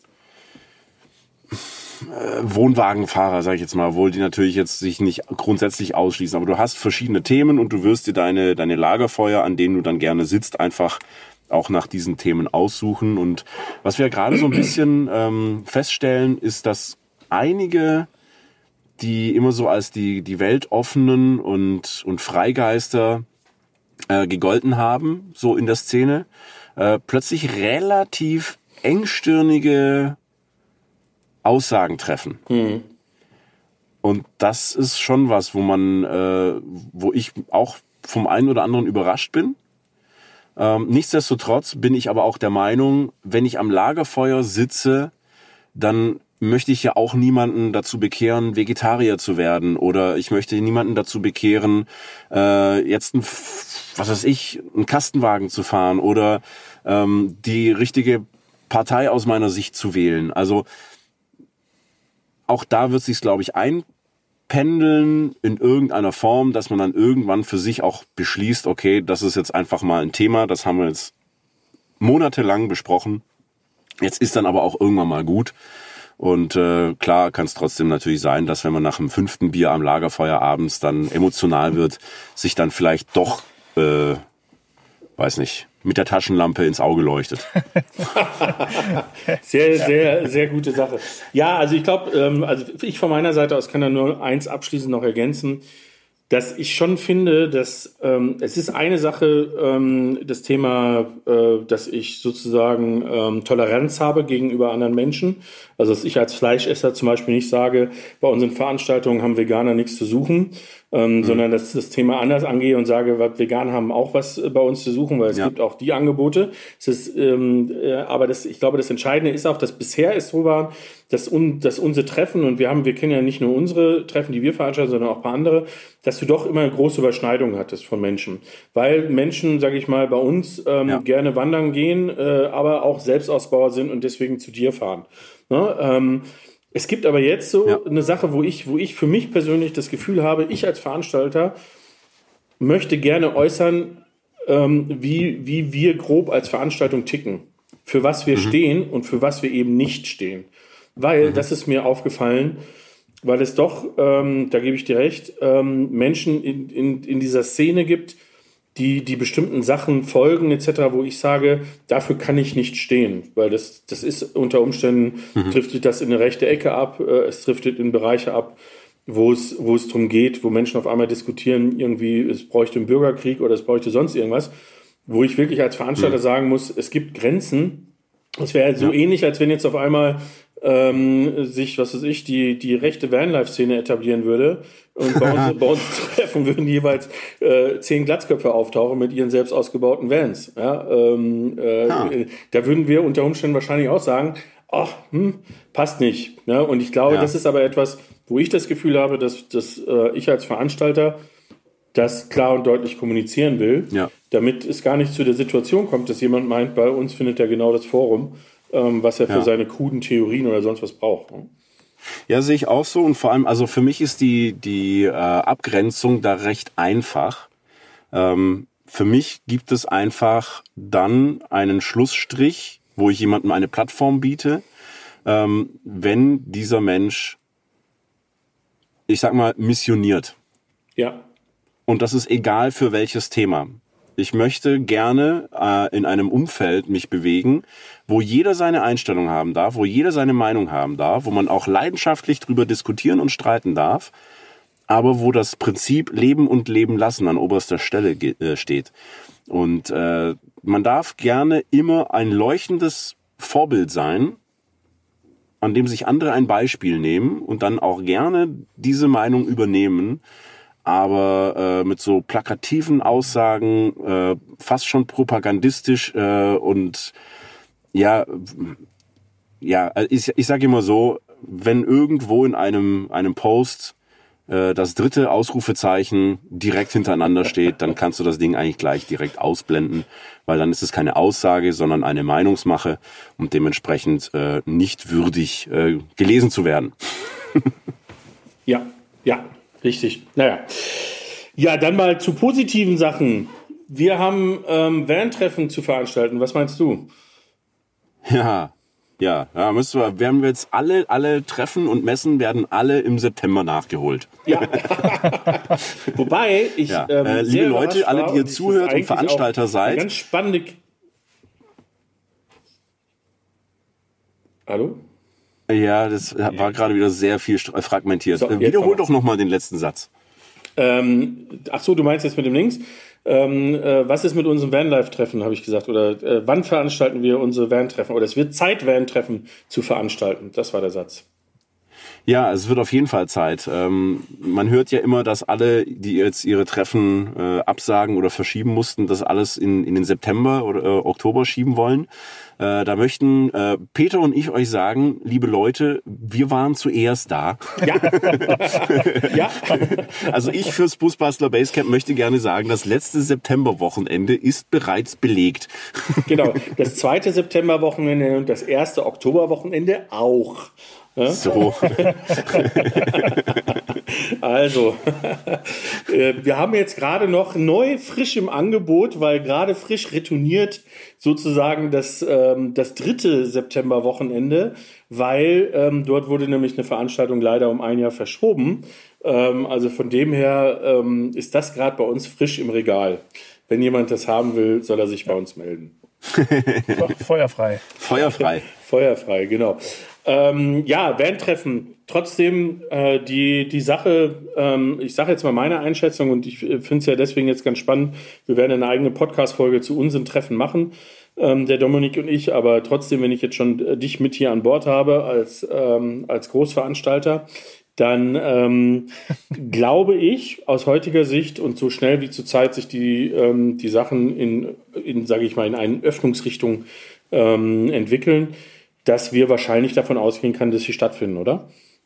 Wohnwagenfahrer, sage ich jetzt mal, obwohl die natürlich jetzt sich nicht grundsätzlich ausschließen, aber du hast verschiedene Themen und du wirst dir deine deine Lagerfeuer, an denen du dann gerne sitzt, einfach auch nach diesen Themen aussuchen. Und was wir gerade so ein bisschen ähm, feststellen, ist, dass einige, die immer so als die die weltoffenen und und Freigeister äh, gegolten haben, so in der Szene, äh, plötzlich relativ engstirnige Aussagen treffen. Mhm. Und das ist schon was, wo man, äh, wo ich auch vom einen oder anderen überrascht bin. Ähm, nichtsdestotrotz bin ich aber auch der Meinung, wenn ich am Lagerfeuer sitze, dann möchte ich ja auch niemanden dazu bekehren, Vegetarier zu werden, oder ich möchte niemanden dazu bekehren, äh, jetzt ein, was weiß ich, einen Kastenwagen zu fahren oder ähm, die richtige Partei aus meiner Sicht zu wählen. Also auch da wird sich's, glaube ich, einpendeln in irgendeiner Form, dass man dann irgendwann für sich auch beschließt, okay, das ist jetzt einfach mal ein Thema, das haben wir jetzt monatelang besprochen. Jetzt ist dann aber auch irgendwann mal gut. Und äh, klar kann es trotzdem natürlich sein, dass wenn man nach dem fünften Bier am Lagerfeuer abends dann emotional wird, sich dann vielleicht doch, äh, weiß nicht, mit der Taschenlampe ins Auge leuchtet. Sehr, sehr, sehr gute Sache. Ja, also ich glaube, ähm, also ich von meiner Seite aus kann da nur eins abschließend noch ergänzen, dass ich schon finde, dass ähm, es ist eine Sache, ähm, das Thema, äh, dass ich sozusagen ähm, Toleranz habe gegenüber anderen Menschen. Also dass ich als Fleischesser zum Beispiel nicht sage, bei unseren Veranstaltungen haben Veganer nichts zu suchen, ähm, mhm. sondern dass ich das Thema anders angehe und sage, Veganer haben auch was bei uns zu suchen, weil es ja. gibt auch die Angebote. Es ist, ähm, äh, aber das, ich glaube, das Entscheidende ist auch, dass bisher es so war, dass, un, dass unsere Treffen, und wir haben, wir kennen ja nicht nur unsere Treffen, die wir veranstalten, sondern auch ein paar andere, dass du doch immer eine große Überschneidung hattest von Menschen. Weil Menschen, sage ich mal, bei uns ähm, ja. gerne wandern gehen, äh, aber auch Selbstausbauer sind und deswegen zu dir fahren. Ne? Ähm, es gibt aber jetzt so ja. eine Sache, wo ich, wo ich für mich persönlich das Gefühl habe, ich als Veranstalter möchte gerne äußern, ähm, wie, wie wir grob als Veranstaltung ticken. Für was wir mhm. stehen und für was wir eben nicht stehen. Weil, mhm. das ist mir aufgefallen, weil es doch, ähm, da gebe ich dir recht, ähm, Menschen in, in, in dieser Szene gibt, die, die bestimmten Sachen folgen et cetera, wo ich sage, dafür kann ich nicht stehen, weil das, das ist unter Umständen, mhm. driftet das in eine rechte Ecke ab, äh, es driftet in Bereiche ab, wo es, wo es darum geht, wo Menschen auf einmal diskutieren, irgendwie, es bräuchte einen Bürgerkrieg oder es bräuchte sonst irgendwas, wo ich wirklich als Veranstalter mhm. sagen muss, es gibt Grenzen. Es wäre so ja. ähnlich, als wenn jetzt auf einmal ähm, sich, was weiß ich, die, die rechte Vanlife-Szene etablieren würde und bei uns, bei uns Treffen würden jeweils äh, zehn Glatzköpfe auftauchen mit ihren selbst ausgebauten Vans. Ja, ähm, äh, ah. Da würden wir unter Umständen wahrscheinlich auch sagen, ach, hm, passt nicht. Ja, und ich glaube, ja. das ist aber etwas, wo ich das Gefühl habe, dass, dass äh, ich als Veranstalter das klar und deutlich kommunizieren will, ja. damit es gar nicht zu der Situation kommt, dass jemand meint, bei uns findet er genau das Forum, ähm, was er für ja. seine kruden Theorien oder sonst was braucht. Ne? Ja, sehe ich auch so. Und vor allem, also für mich ist die, die äh, Abgrenzung da recht einfach. Ähm, für mich gibt es einfach dann einen Schlussstrich, wo ich jemandem eine Plattform biete, ähm, wenn dieser Mensch, ich sag mal, missioniert. Ja. Und das ist egal für welches Thema. Ich möchte gerne äh, in einem Umfeld mich bewegen, wo jeder seine Einstellung haben darf, wo jeder seine Meinung haben darf, wo man auch leidenschaftlich drüber diskutieren und streiten darf, aber wo das Prinzip Leben und Leben lassen an oberster Stelle ge- äh, steht. Und äh, man darf gerne immer ein leuchtendes Vorbild sein, an dem sich andere ein Beispiel nehmen und dann auch gerne diese Meinung übernehmen, aber äh, mit so plakativen Aussagen, äh, fast schon propagandistisch äh, und ja, ja, ich, ich sage immer so, wenn irgendwo in einem einem Post äh, das dritte Ausrufezeichen direkt hintereinander steht, dann kannst du das Ding eigentlich gleich direkt ausblenden, weil dann ist es keine Aussage, sondern eine Meinungsmache und dementsprechend äh, nicht würdig äh, gelesen zu werden. Ja, ja. Richtig. Naja. Ja, dann mal zu positiven Sachen. wir haben ähm, Van-Treffen zu veranstalten. Was meinst du? Ja, ja, ja, müssen wir, werden wir jetzt alle, alle Treffen und Messen werden alle im September nachgeholt. Ja. Wobei ich, ja. ähm, äh, liebe Leute, alle, die ihr zuhört und Veranstalter seid. Ganz spannende. Hallo? Ja, das war gerade wieder sehr viel fragmentiert. So, Wiederhol doch nochmal den letzten Satz. Ähm, ach so, du meinst jetzt mit dem Links? Ähm, äh, was ist mit unserem Vanlife-Treffen, habe ich gesagt? Oder äh, wann veranstalten wir unsere Van-Treffen? Oder es wird Zeit, Van-Treffen zu veranstalten. Das war der Satz. Ja, es wird auf jeden Fall Zeit. Ähm, man hört ja immer, dass alle, die jetzt ihre Treffen äh, absagen oder verschieben mussten, das alles in, in den September oder äh, Oktober schieben wollen. Äh, da möchten äh, Peter und ich euch sagen, liebe Leute, wir waren zuerst da. Ja. ja. Also ich fürs Busbastler Basecamp möchte gerne sagen, das letzte Septemberwochenende ist bereits belegt. Genau, das zweite Septemberwochenende und das erste Oktoberwochenende auch. Ja? So. Also, äh, wir haben jetzt gerade noch neu frisch im Angebot, weil gerade frisch retourniert sozusagen das, ähm, das dritte Septemberwochenende, weil ähm, dort wurde nämlich eine Veranstaltung leider um ein Jahr verschoben. Ähm, also von dem her ähm, ist das gerade bei uns frisch im Regal. Wenn jemand das haben will, soll er sich bei uns melden. Feuerfrei. Feuerfrei. Feuerfrei, genau. Ähm, ja, Van-Treffen. Trotzdem äh, die, die Sache, ähm, ich sage jetzt mal meine Einschätzung und ich finde es ja deswegen jetzt ganz spannend. Wir werden eine eigene Podcast-Folge zu unseren Treffen machen, ähm, der Dominik und ich. Aber trotzdem, wenn ich jetzt schon äh, dich mit hier an Bord habe als, ähm, als Großveranstalter, dann ähm, glaube ich aus heutiger Sicht und so schnell wie zurzeit sich die, ähm, die Sachen in, in sage ich mal, in eine Öffnungsrichtung ähm, entwickeln, dass wir wahrscheinlich davon ausgehen können, dass sie stattfinden, oder?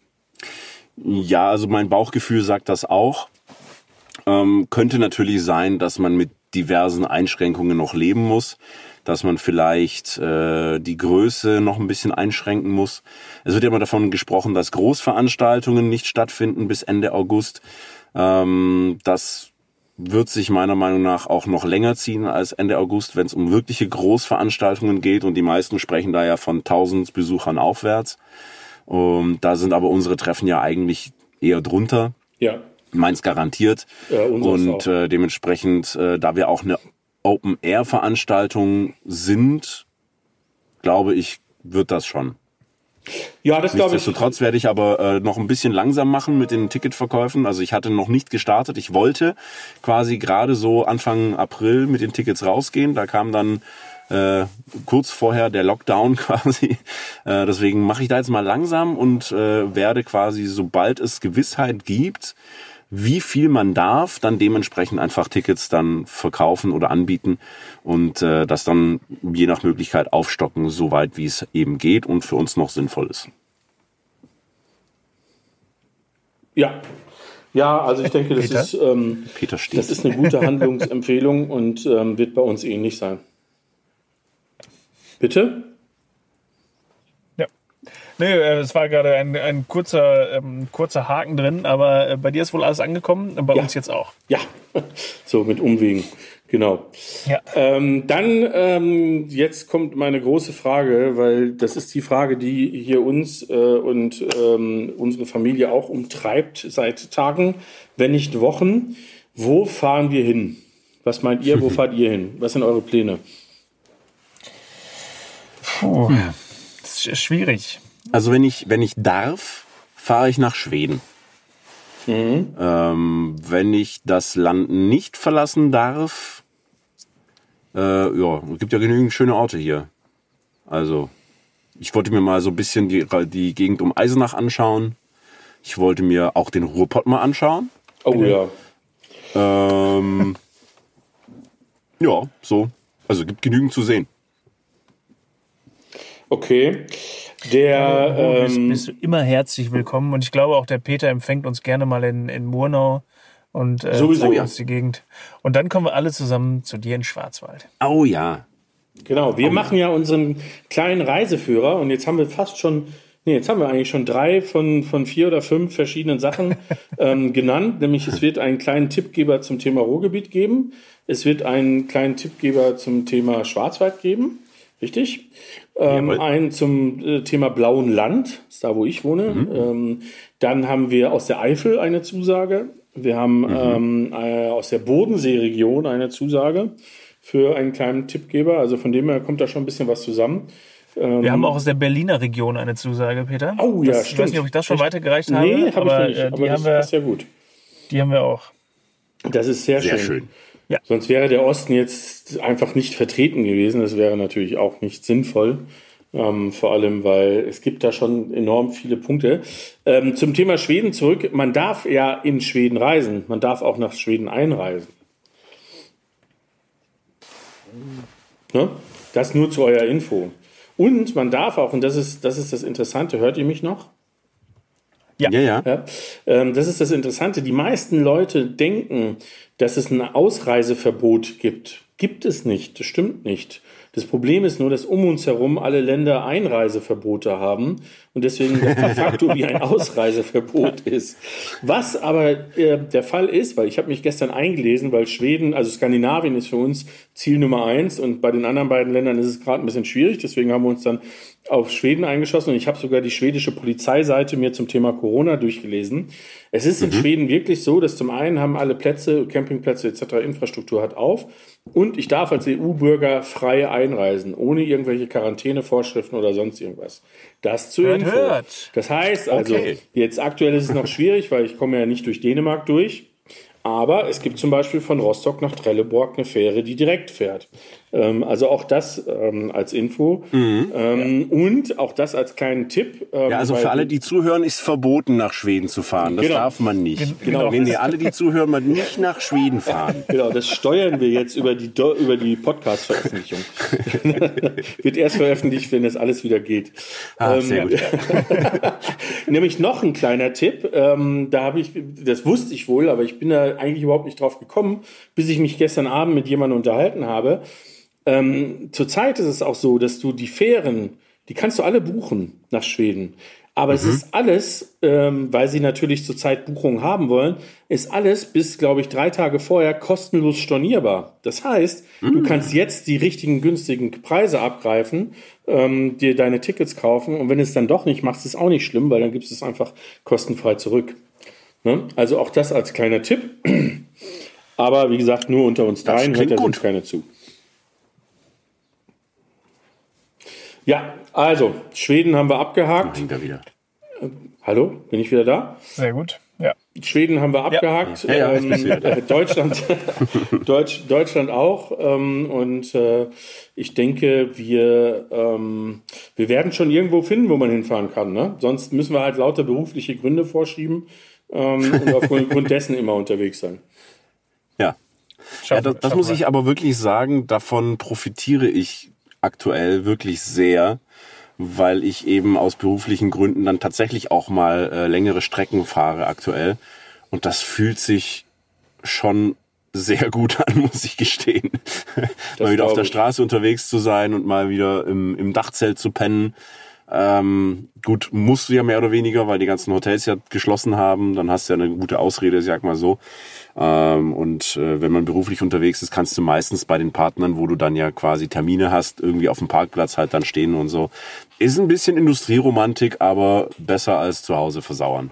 Ja, also mein Bauchgefühl sagt das auch. Ähm, könnte natürlich sein, dass man mit diversen Einschränkungen noch leben muss, dass man vielleicht äh, die Größe noch ein bisschen einschränken muss. Es wird ja immer davon gesprochen, dass Großveranstaltungen nicht stattfinden bis Ende August. Ähm, das wird sich meiner Meinung nach auch noch länger ziehen als Ende August, wenn es um wirkliche Großveranstaltungen geht. Und die meisten sprechen da ja von tausend Besuchern aufwärts. Um, da sind aber unsere Treffen ja eigentlich eher drunter. Ja. Meins garantiert. Ja, und äh, dementsprechend, äh, da wir auch eine Open-Air-Veranstaltung sind, glaube ich, wird das schon. Ja, das glaube ich. Nichtsdestotrotz werde ich aber äh, noch ein bisschen langsam machen mit den Ticketverkäufen. Also ich hatte noch nicht gestartet. Ich wollte quasi gerade so Anfang April mit den Tickets rausgehen. Da kam dann äh, kurz vorher der Lockdown quasi. Äh, deswegen mache ich da jetzt mal langsam und äh, werde quasi, sobald es Gewissheit gibt, wie viel man darf, dann dementsprechend einfach Tickets dann verkaufen oder anbieten und äh, das dann je nach Möglichkeit aufstocken, soweit wie es eben geht und für uns noch sinnvoll ist. Ja, ja, also ich denke, das Peter? ist ähm, Peter steht. Das ist eine gute Handlungsempfehlung und ähm, wird bei uns ähnlich sein. Bitte? Nee, es war gerade ein, ein kurzer, ähm, kurzer Haken drin, aber äh, bei dir ist wohl alles angekommen, bei Ja. uns jetzt auch. Ja, so mit Umwegen, genau. Ja. Ähm, dann, ähm, jetzt kommt meine große Frage, weil das ist die Frage, die hier uns äh, und ähm, unsere Familie auch umtreibt seit Tagen, wenn nicht Wochen. Wo fahren wir hin? Was meint ihr, wo fahrt ihr hin? Was sind eure Pläne? Puh, das ist schwierig. Also wenn ich, wenn ich darf, fahre ich nach Schweden. Mhm. Ähm, wenn ich das Land nicht verlassen darf, äh, ja, es gibt ja genügend schöne Orte hier. Also ich wollte mir mal so ein bisschen die, die Gegend um Eisenach anschauen. Ich wollte mir auch den Ruhrpott mal anschauen. Oh ja. Ähm, ja, so. Also gibt genügend zu sehen. Okay. Der, Du bist, ähm, bist du immer herzlich willkommen und ich glaube auch der Peter empfängt uns gerne mal in, in Murnau und äh, Sowieso, zeigt ja. uns die Gegend. Und dann kommen wir alle zusammen zu dir in Schwarzwald. Oh ja. Genau, wir machen ja unseren kleinen Reiseführer und jetzt haben wir fast schon Nee, jetzt haben wir eigentlich schon drei von, von vier oder fünf verschiedenen Sachen ähm, genannt. Nämlich es wird einen kleinen Tippgeber zum Thema Ruhrgebiet geben. Es wird einen kleinen Tippgeber zum Thema Schwarzwald geben. Richtig? Ähm, einen zum äh, Thema Blauen Land. Das ist da, wo ich wohne. Mhm. Ähm, dann haben wir aus der Eifel eine Zusage. Wir haben mhm. ähm, äh, aus der Bodenseeregion eine Zusage für einen kleinen Tippgeber. Also von dem her kommt da schon ein bisschen was zusammen. Wir haben auch aus der Berliner Region eine Zusage, Peter. Oh ja, das, stimmt. Ich weiß nicht, ob ich das schon Echt? weitergereicht habe. Nee, habe aber, ich nicht. Äh, aber die das haben wir, passt ja gut. Die haben wir auch. Das ist sehr, sehr schön. schön. Ja. Sonst wäre der Osten jetzt einfach nicht vertreten gewesen. Das wäre natürlich auch nicht sinnvoll. Ähm, vor allem, weil es gibt da schon enorm viele Punkte. Ähm, zum Thema Schweden zurück. Man darf ja in Schweden reisen. Man darf auch nach Schweden einreisen. Ne? Das nur zu eurer Info. Und man darf auch, und das ist, das ist das Interessante, hört ihr mich noch? Ja. Ja, ja. ja ähm, das ist das Interessante. Die meisten Leute denken, dass es ein Ausreiseverbot gibt. Gibt es nicht, das stimmt nicht. Das Problem ist nur, dass um uns herum alle Länder Einreiseverbote haben und deswegen de facto wie ein Ausreiseverbot ist. Was aber äh, der Fall ist, weil ich habe mich gestern eingelesen, weil Schweden, also Skandinavien ist für uns Ziel Nummer eins und bei den anderen beiden Ländern ist es gerade ein bisschen schwierig, deswegen haben wir uns dann auf Schweden eingeschossen und ich habe sogar die schwedische Polizeiseite mir zum Thema Corona durchgelesen. Es ist in mhm. Schweden wirklich so, dass zum einen haben alle Plätze, Campingplätze et cetera, Infrastruktur hat auf und ich darf als E U-Bürger frei einreisen, ohne irgendwelche Quarantänevorschriften oder sonst irgendwas. Das zu hört, Info. Hört. Das heißt also, okay. Jetzt aktuell ist es noch schwierig, weil ich komme ja nicht durch Dänemark durch. Aber es gibt zum Beispiel von Rostock nach Trelleborg eine Fähre, die direkt fährt. Ähm, also auch das ähm, als Info. Mhm. Ähm, ja. Und auch das als kleinen Tipp. Ähm, ja, also für alle, die zuhören, ist verboten, nach Schweden zu fahren. Das genau. darf man nicht. Genau. Wenn die alle, die zuhören, mal nicht nach Schweden fahren. Genau, das steuern wir jetzt über die, über die Podcast-Veröffentlichung. Wird erst veröffentlicht, wenn das alles wieder geht. Ah, ähm, sehr gut. Nämlich noch ein kleiner Tipp. Ähm, da habe ich, das wusste ich wohl, aber ich bin da eigentlich überhaupt nicht drauf gekommen, bis ich mich gestern Abend mit jemandem unterhalten habe. Ähm, zurzeit ist es auch so, dass du die Fähren, die kannst du alle buchen nach Schweden. Aber mhm. es ist alles, ähm, weil sie natürlich zurzeit Buchungen haben wollen, ist alles bis, glaube ich, drei Tage vorher kostenlos stornierbar. Das heißt, mhm. du kannst jetzt die richtigen günstigen Preise abgreifen, ähm, dir deine Tickets kaufen und wenn es dann doch nicht machst, ist es auch nicht schlimm, weil dann gibst du es einfach kostenfrei zurück. Ne? Also auch das als kleiner Tipp. Aber wie gesagt, nur unter uns dreien, hört ja sonst keiner zu. Ja, also, Schweden haben wir abgehakt. Da wieder. Äh, hallo, bin ich wieder da? Sehr gut, ja. Schweden haben wir abgehakt. Ja, ja, ähm, äh, Deutschland, Deutsch, Deutschland auch. Ähm, und äh, ich denke, wir, ähm, wir werden schon irgendwo finden, wo man hinfahren kann. Ne? Sonst müssen wir halt lauter berufliche Gründe vorschieben ähm, und aufgrund dessen immer unterwegs sein. Ja, ja das, das muss ich aber wirklich sagen, davon profitiere ich aktuell wirklich sehr, weil ich eben aus beruflichen Gründen dann tatsächlich auch mal äh, längere Strecken fahre aktuell. Und das fühlt sich schon sehr gut an, muss ich gestehen. Mal wieder auf der Straße unterwegs zu sein und mal wieder im, im Dachzelt zu pennen. Ähm, gut, musst du ja mehr oder weniger, weil die ganzen Hotels ja geschlossen haben. Dann hast du ja eine gute Ausrede, sag mal so. Ähm, und äh, wenn man beruflich unterwegs ist, kannst du meistens bei den Partnern, wo du dann ja quasi Termine hast, irgendwie auf dem Parkplatz halt dann stehen und so. Ist ein bisschen Industrieromantik, aber besser als zu Hause versauern.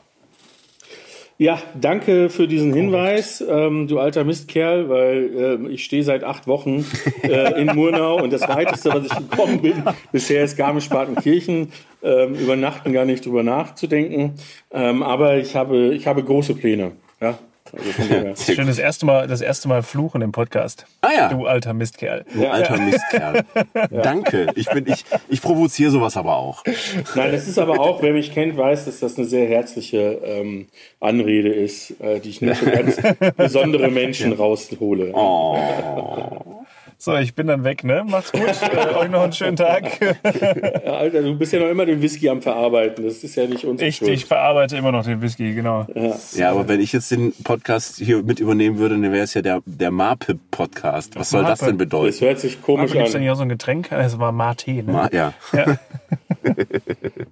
Ja, danke für diesen Hinweis, ähm, du alter Mistkerl, weil äh, ich stehe seit acht Wochen äh, in Murnau und das Weiteste, was ich gekommen bin, bisher ist Garmisch-Partenkirchen, ähm, übernachten gar nicht drüber nachzudenken, ähm, aber ich habe, ich habe große Pläne, ja. Also von dem her. Schön, das erste Mal, das erste Mal fluchen im Podcast. Ah ja. Du alter Mistkerl. Du alter ja. Mistkerl. Ja. Danke. Ich bin, ich, ich provoziere sowas aber auch. Nein, das ist aber auch, wer mich kennt, weiß, dass das eine sehr herzliche ähm, Anrede ist, äh, die ich nur für ganz besondere Menschen raushole. Oh. So, ich bin dann weg, ne? Macht's gut. äh, euch noch einen schönen Tag. Ja, Alter, du bist ja noch immer den Whisky am Verarbeiten. Das ist ja nicht unsere Ich, ich verarbeite immer noch den Whisky, genau. Ja. ja, aber wenn ich jetzt den Podcast hier mit übernehmen würde, dann wäre es ja der, der Marpe-Podcast. Was soll das denn bedeuten? Das hört sich komisch an. Gibt es an. denn hier so ein Getränk? Es war Mate, ne? Ma- ja. ja.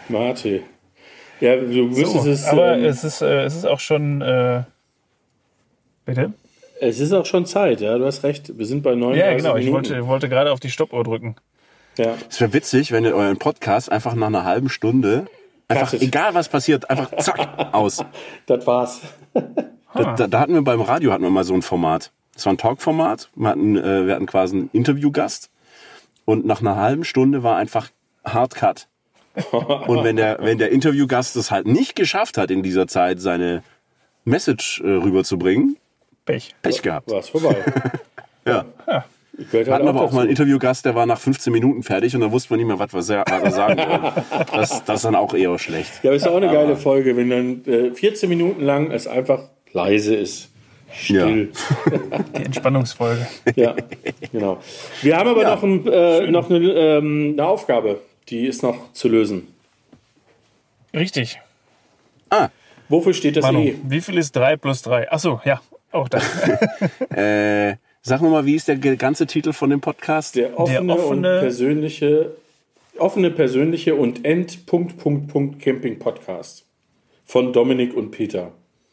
Mate. Ja, du müsstest So, es... aber ähm, es, ist, äh, es ist auch schon... Äh, bitte? es ist auch schon Zeit, ja, du hast recht. Wir sind bei neununddreißig Ja, genau. Ich Minuten. wollte, wollte gerade auf die Stoppuhr drücken. Ja. Es wäre witzig, wenn ihr euren Podcast einfach nach einer halben Stunde, einfach Cuttet. egal was passiert, einfach zack, aus. Das war's. Da, da, da hatten wir beim Radio hatten wir mal so ein Format. Das war ein Talk-Format. Wir hatten, äh, wir hatten quasi einen Interviewgast. Und nach einer halben Stunde war einfach Hard Cut. Und wenn der, wenn der Interviewgast es halt nicht geschafft hat, in dieser Zeit seine Message äh, rüberzubringen, Pech. Pech gehabt. War's vorbei. Ja. Ich gehört Wir halt hatten aber auch dazu. mal einen Interviewgast, der war nach fünfzehn Minuten fertig und dann wusste man nicht mehr, was wir was er sagen wollen. Das, das ist dann auch eher schlecht. Ja, aber ist auch eine geile Folge, wenn dann äh, vierzehn Minuten lang es einfach leise ist. Still. Die Entspannungsfolge. Ja, genau. Wir haben aber Ja, noch, ein, äh, noch eine, ähm, eine Aufgabe, die ist noch zu lösen. Richtig. Ah, Wofür steht das Manu, E? wie viel ist drei plus drei? Achso, ja, auch das. äh, sag mir mal, wie ist der ganze Titel von dem Podcast? Der offene, Der offene- und persönliche, offene, persönliche und End Punkt, Punkt, Punkt Camping Podcast von Dominik und Peter.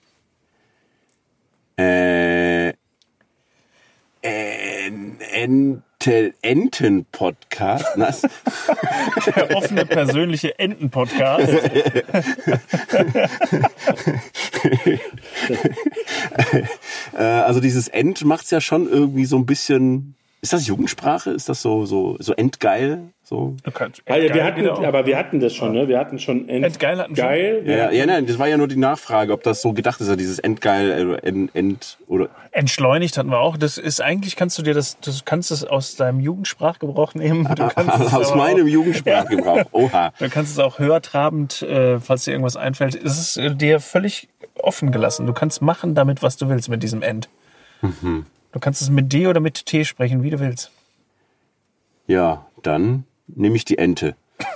Äh, En- Ente- Enten-Podcast. Was? Der offene persönliche Enten-Podcast. äh, also dieses Ent macht's ja schon irgendwie so ein bisschen. Ist das Jugendsprache? Ist das so so so endgeil? So. Du kannst, Ah, ja, wir Entgeil hatten, geht auch. aber wir hatten das schon, ne? Wir hatten schon End, Entgeil hatten wir schon. geil. Wir Ja, hatten- ja, nein, das war ja nur die Nachfrage, ob das so gedacht ist, ja, dieses Endgeil, äh, End, End oder. Entschleunigt hatten wir auch. Das ist eigentlich, kannst du dir das, du kannst es aus deinem Jugendsprachgebrauch nehmen. Du kannst es Aus aber meinem auch, Jugendsprachgebrauch. Oha. du kannst es auch höhertrabend, äh, falls dir irgendwas einfällt. Es ist äh, dir völlig offen gelassen. Du kannst machen damit, was du willst mit diesem End. Du kannst es mit D oder mit T sprechen, wie du willst. Ja, dann nehme ich die Ente.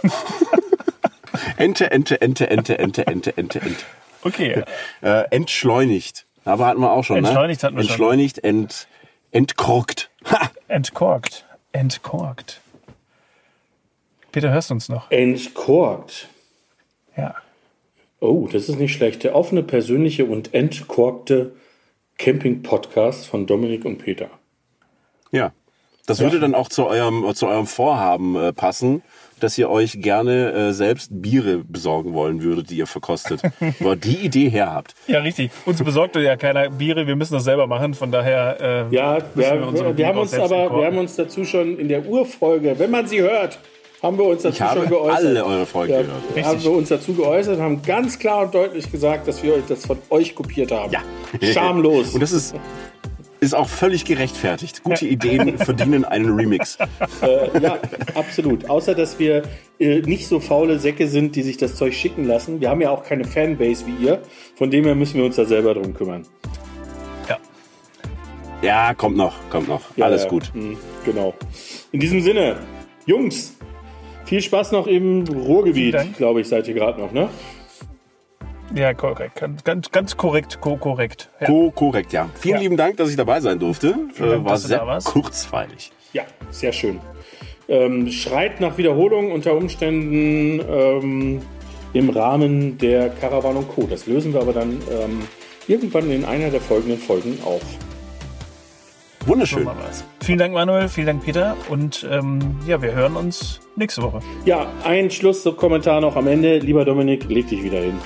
Ente, Ente, Ente, Ente, Ente, Ente, Ente, Ente. Okay. Äh, entschleunigt. Aber hatten wir auch schon, Entschleunigt ne? hatten wir schon. Entschleunigt, ent, entkorkt. Ha! Entkorkt. Entkorkt. Peter, hörst du uns noch? Entkorkt. Ja. Oh, das ist nicht schlecht. Der offene, persönliche und entkorkte Camping-Podcast von Dominik und Peter. Ja. Das würde dann auch zu eurem, zu eurem Vorhaben äh, passen, dass ihr euch gerne äh, selbst Biere besorgen wollen würdet, die ihr verkostet. Wo ihr die Idee her habt. Ja, richtig. Uns besorgt ja keiner Biere, wir müssen das selber machen. Von daher. Äh, Ja, müssen wir, wir unsere wir, Biere haben auch uns selbst aber, entkorken. wir haben uns dazu schon in der Urfolge, wenn man sie hört, haben wir uns dazu Ich habe schon geäußert. alle eure Folgen Ja, gehört. haben wir uns dazu geäußert und haben ganz klar und deutlich gesagt, dass wir das von euch kopiert haben. Ja. Schamlos. Und das ist, ist auch völlig gerechtfertigt. Gute Ideen verdienen einen Remix. Äh, ja, absolut. Außer, dass wir äh, nicht so faule Säcke sind, die sich das Zeug schicken lassen. Wir haben ja auch keine Fanbase wie ihr. Von dem her müssen wir uns da selber drum kümmern. Ja. Ja, kommt noch, kommt noch. Ja, Alles ja. gut. Mhm, genau. In diesem Sinne, Jungs, viel Spaß noch im Vielen Ruhrgebiet, Dank. glaube ich, seid ihr gerade noch, ne? Ja, korrekt. Ganz, ganz, ganz korrekt, ko korrekt. Ja. Co korrekt, ja. Vielen Ja. lieben Dank, dass ich dabei sein durfte. Vielen Dank, äh, war dass du sehr da warst. kurzweilig. Ja, sehr schön. Ähm, schreit nach Wiederholung unter Umständen ähm, im Rahmen der Caravan und Co. Das lösen wir aber dann ähm, irgendwann in einer der folgenden Folgen auf. Wunderschön. So machen wir's. Vielen Dank, Manuel. Vielen Dank, Peter. Und ähm, ja, wir hören uns nächste Woche. Ja, ein Schlusskommentar noch am Ende. Lieber Dominik, leg dich wieder hin.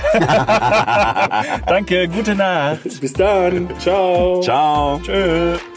Danke, gute Nacht. Bis dann. Ciao. Ciao. Tschö.